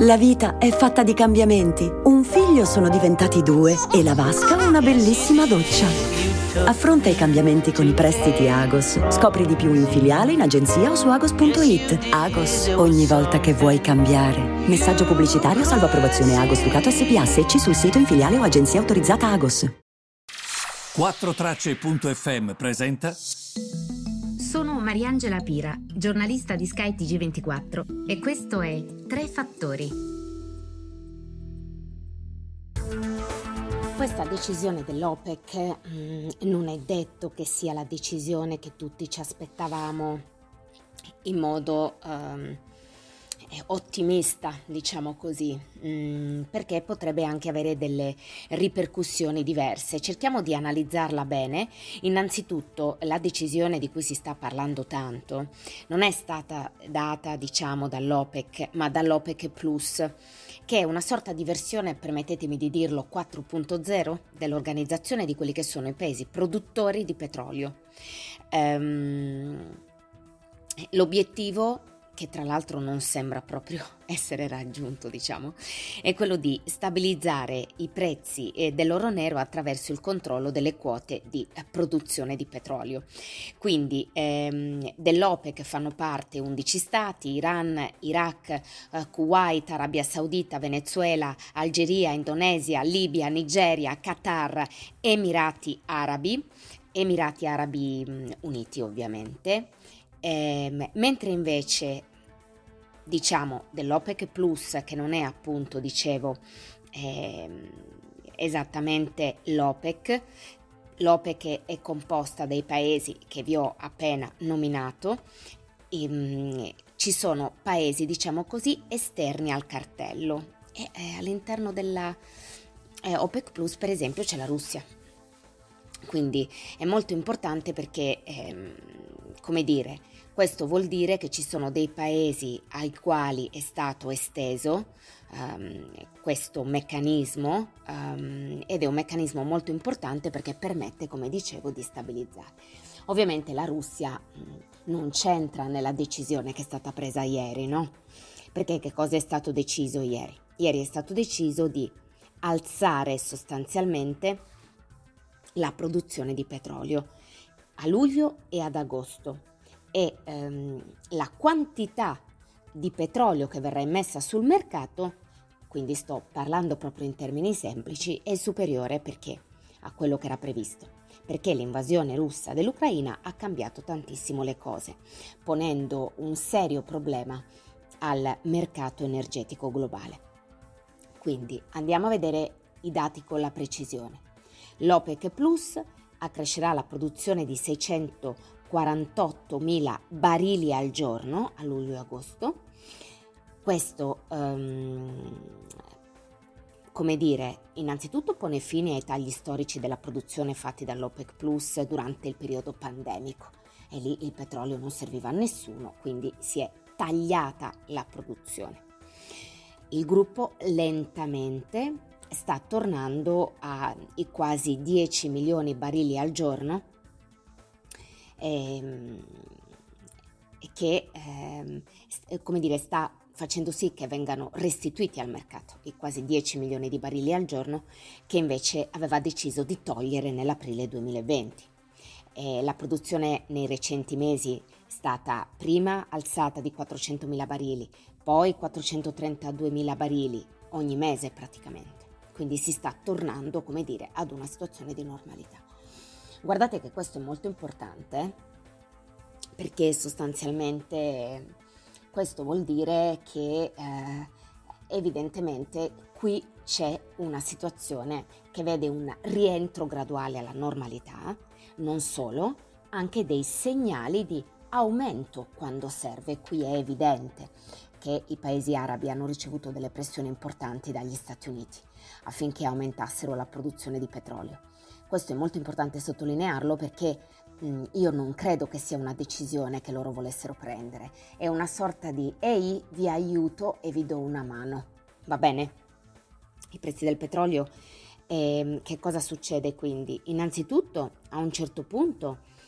La vita è fatta di cambiamenti. Un figlio sono diventati due e la vasca una bellissima doccia. Affronta i cambiamenti con i prestiti Agos. Scopri di più in filiale, in agenzia o su agos.it. Agos, ogni volta che vuoi cambiare. Messaggio pubblicitario salvo approvazione Agos Ducato SPA. Secci sul sito in filiale o agenzia autorizzata Agos. 4Tracce.fm presenta. Sono Mariangela Pira, giornalista di Sky TG24 e questo è Tre Fattori. Questa decisione dell'OPEC non è detto che sia la decisione che tutti ci aspettavamo in modo ottimista, diciamo così, perché potrebbe anche avere delle ripercussioni diverse. Cerchiamo di analizzarla bene. Innanzitutto, la decisione di cui si sta parlando tanto non è stata data, diciamo, dall'OPEC, ma dall'OPEC Plus, che è una sorta di versione, permettetemi di dirlo, 4.0 dell'organizzazione di quelli che sono i paesi produttori di petrolio. L'obiettivo, che tra l'altro non sembra proprio essere raggiunto, diciamo, è quello di stabilizzare i prezzi dell'oro nero attraverso il controllo delle quote di produzione di petrolio. Quindi dell'OPEC fanno parte 11 stati: Iran, Iraq, Kuwait, Arabia Saudita, Venezuela, Algeria, Indonesia, Libia, Nigeria, Qatar, Emirati Arabi Uniti ovviamente. Mentre invece, diciamo, dell'OPEC Plus, che non è appunto, dicevo, esattamente l'OPEC è composta dai paesi che vi ho appena nominato. Ci sono paesi, diciamo così, esterni al cartello, e all'interno della OPEC Plus, per esempio, c'è la Russia. Quindi è molto importante perché, come dire, questo vuol dire che ci sono dei paesi ai quali è stato esteso questo meccanismo, ed è un meccanismo molto importante perché permette, come dicevo, di stabilizzare. Ovviamente la Russia non c'entra nella decisione che è stata presa ieri, no? Perché che cosa è stato deciso ieri? Ieri è stato deciso di alzare sostanzialmente la produzione di petrolio a luglio e ad agosto, e la quantità di petrolio che verrà immessa sul mercato, quindi sto parlando proprio in termini semplici, è superiore perché a quello che era previsto, perché l'invasione russa dell'Ucraina ha cambiato tantissimo le cose, ponendo un serio problema al mercato energetico globale. Quindi andiamo a vedere i dati con la precisione. L'OPEC Plus accrescerà la produzione di 648.000 barili al giorno a luglio e agosto. Questo, come dire, innanzitutto pone fine ai tagli storici della produzione fatti dall'OPEC Plus durante il periodo pandemico, e lì il petrolio non serviva a nessuno, quindi si è tagliata la produzione. Il gruppo lentamente sta tornando ai quasi 10 milioni barili al giorno, che come dire, sta facendo sì che vengano restituiti al mercato i quasi 10 milioni di barili al giorno che invece aveva deciso di togliere nell'aprile 2020. La produzione nei recenti mesi è stata prima alzata di 400.000 barili, poi 432.000 barili ogni mese praticamente. Quindi si sta tornando, come dire, ad una situazione di normalità. Guardate che questo è molto importante, perché sostanzialmente questo vuol dire che evidentemente qui c'è una situazione che vede un rientro graduale alla normalità, non solo, anche dei segnali di aumento quando serve. Qui è evidente che i paesi arabi hanno ricevuto delle pressioni importanti dagli Stati Uniti affinché aumentassero la produzione di petrolio. Questo è molto importante sottolinearlo, perché io non credo che sia una decisione che loro volessero prendere, è una sorta di ehi, vi aiuto e vi do una mano, va bene? I prezzi del petrolio, che cosa succede quindi? Innanzitutto a un certo punto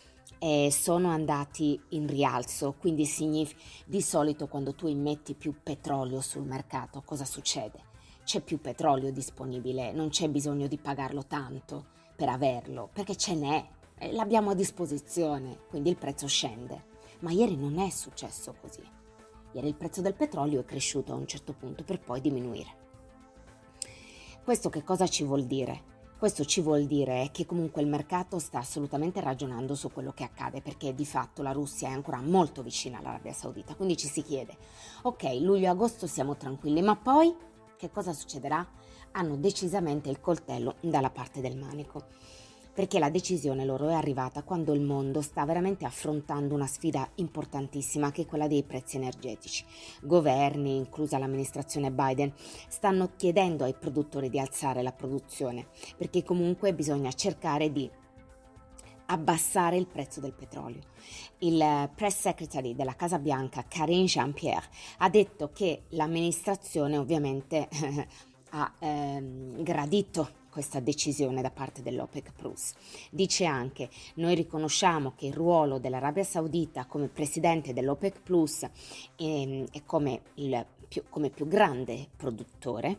sono andati in rialzo, quindi di solito quando tu immetti più petrolio sul mercato, cosa succede? C'è più petrolio disponibile, non c'è bisogno di pagarlo tanto per averlo, perché ce n'è, l'abbiamo a disposizione, quindi il prezzo scende. Ma ieri non è successo così. Ieri il prezzo del petrolio è cresciuto a un certo punto per poi diminuire. Questo che cosa ci vuol dire? Questo ci vuol dire che comunque il mercato sta assolutamente ragionando su quello che accade, perché di fatto la Russia è ancora molto vicina all'Arabia Saudita, quindi ci si chiede, ok, luglio-agosto siamo tranquilli, ma poi che cosa succederà? Hanno decisamente il coltello dalla parte del manico, perché la decisione loro è arrivata quando il mondo sta veramente affrontando una sfida importantissima, che è quella dei prezzi energetici. Governi, inclusa l'amministrazione Biden, stanno chiedendo ai produttori di alzare la produzione, perché comunque bisogna cercare di abbassare il prezzo del petrolio. Il press secretary della Casa Bianca, Karine Jean-Pierre, ha detto che l'amministrazione ovviamente ha gradito questa decisione da parte dell'OPEC Plus. Dice anche: noi riconosciamo che il ruolo dell'Arabia Saudita come presidente dell'OPEC Plus e come più grande produttore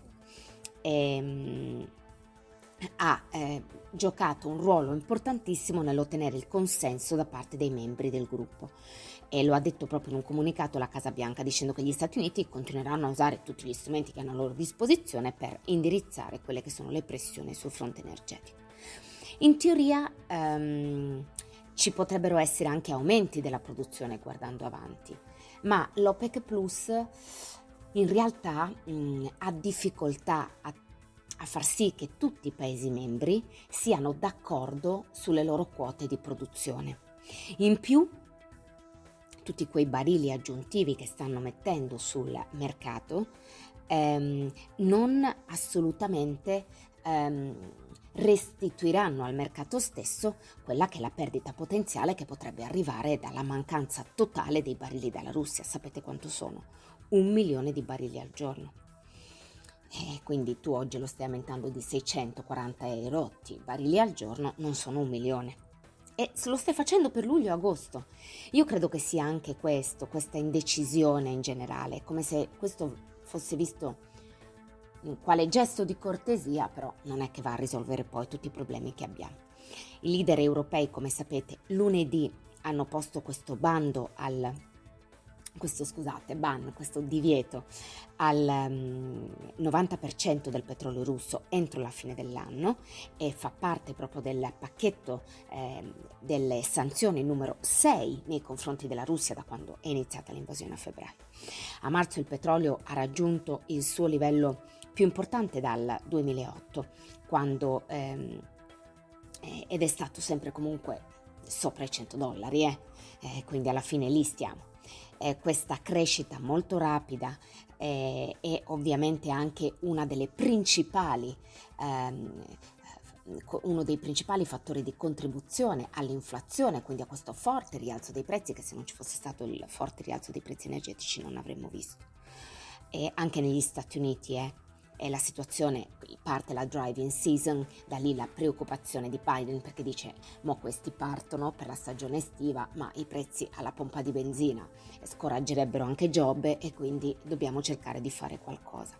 ha giocato un ruolo importantissimo nell'ottenere il consenso da parte dei membri del gruppo, e lo ha detto proprio in un comunicato la Casa Bianca, dicendo che gli Stati Uniti continueranno a usare tutti gli strumenti che hanno a loro disposizione per indirizzare quelle che sono le pressioni sul fronte energetico. In teoria ci potrebbero essere anche aumenti della produzione guardando avanti, ma l'OPEC Plus in realtà ha difficoltà a far sì che tutti i Paesi membri siano d'accordo sulle loro quote di produzione. In più, tutti quei barili aggiuntivi che stanno mettendo sul mercato non assolutamente restituiranno al mercato stesso quella che è la perdita potenziale che potrebbe arrivare dalla mancanza totale dei barili dalla Russia. Sapete quanto sono? 1 milione di barili al giorno. Quindi tu oggi lo stai aumentando di 640 erotti barili al giorno, non sono 1 milione. E se lo stai facendo per luglio e agosto. Io credo che sia anche questo, questa indecisione in generale, come se questo fosse visto quale gesto di cortesia, però non è che va a risolvere poi tutti i problemi che abbiamo. I leader europei, come sapete, lunedì hanno posto questo questo divieto al 90% del petrolio russo entro la fine dell'anno, e fa parte proprio del pacchetto delle sanzioni numero 6 nei confronti della Russia da quando è iniziata l'invasione a febbraio. A marzo il petrolio ha raggiunto il suo livello più importante dal 2008, quando ed è stato sempre comunque sopra i $100, quindi alla fine lì stiamo. Questa crescita molto rapida è ovviamente anche uno dei principali fattori di contribuzione all'inflazione, quindi a questo forte rialzo dei prezzi, che se non ci fosse stato il forte rialzo dei prezzi energetici non avremmo visto. E anche negli Stati Uniti è la situazione, parte la driving season, da lì la preoccupazione di Biden, perché dice: mo questi partono per la stagione estiva, ma i prezzi alla pompa di benzina scoraggerebbero anche job, e quindi dobbiamo cercare di fare qualcosa.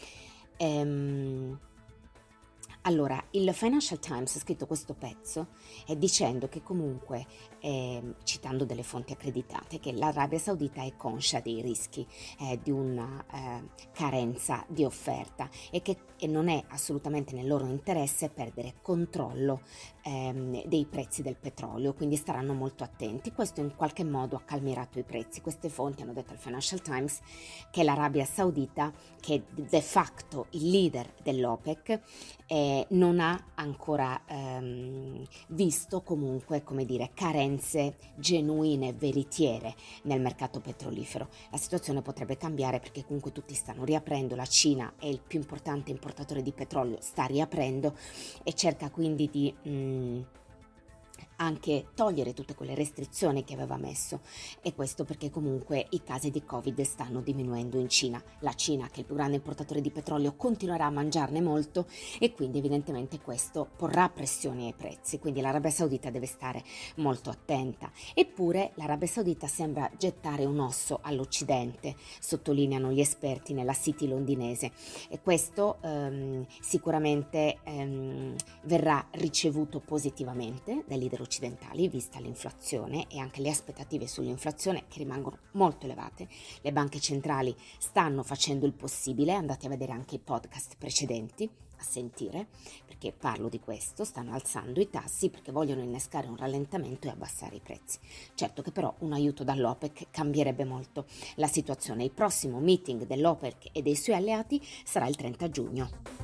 Allora, il Financial Times ha scritto questo pezzo dicendo che comunque, citando delle fonti accreditate, che l'Arabia Saudita è conscia dei rischi di una carenza di offerta, e che non è assolutamente nel loro interesse perdere controllo dei prezzi del petrolio, quindi staranno molto attenti. Questo in qualche modo ha calmierato i prezzi. Queste fonti hanno detto al Financial Times che l'Arabia Saudita, che è de facto il leader dell'OPEC, non ha ancora visto comunque, come dire, carenze genuine, veritiere nel mercato petrolifero. La situazione potrebbe cambiare, perché comunque tutti stanno riaprendo, la Cina è il più importante importatore di petrolio, sta riaprendo e cerca quindi di anche togliere tutte quelle restrizioni che aveva messo, e questo perché comunque i casi di Covid stanno diminuendo in Cina. La Cina, che è il più grande importatore di petrolio, continuerà a mangiarne molto e quindi evidentemente questo porrà pressioni ai prezzi, quindi l'Arabia Saudita deve stare molto attenta. Eppure l'Arabia Saudita sembra gettare un osso all'Occidente, sottolineano gli esperti nella City londinese, e questo sicuramente verrà ricevuto positivamente dai leader occidentali, vista l'inflazione e anche le aspettative sull'inflazione che rimangono molto elevate. Le banche centrali stanno facendo il possibile, andate a vedere anche i podcast precedenti a sentire, perché parlo di questo, stanno alzando i tassi perché vogliono innescare un rallentamento e abbassare i prezzi. Certo che però un aiuto dall'OPEC cambierebbe molto la situazione. Il prossimo meeting dell'OPEC e dei suoi alleati sarà il 30 giugno.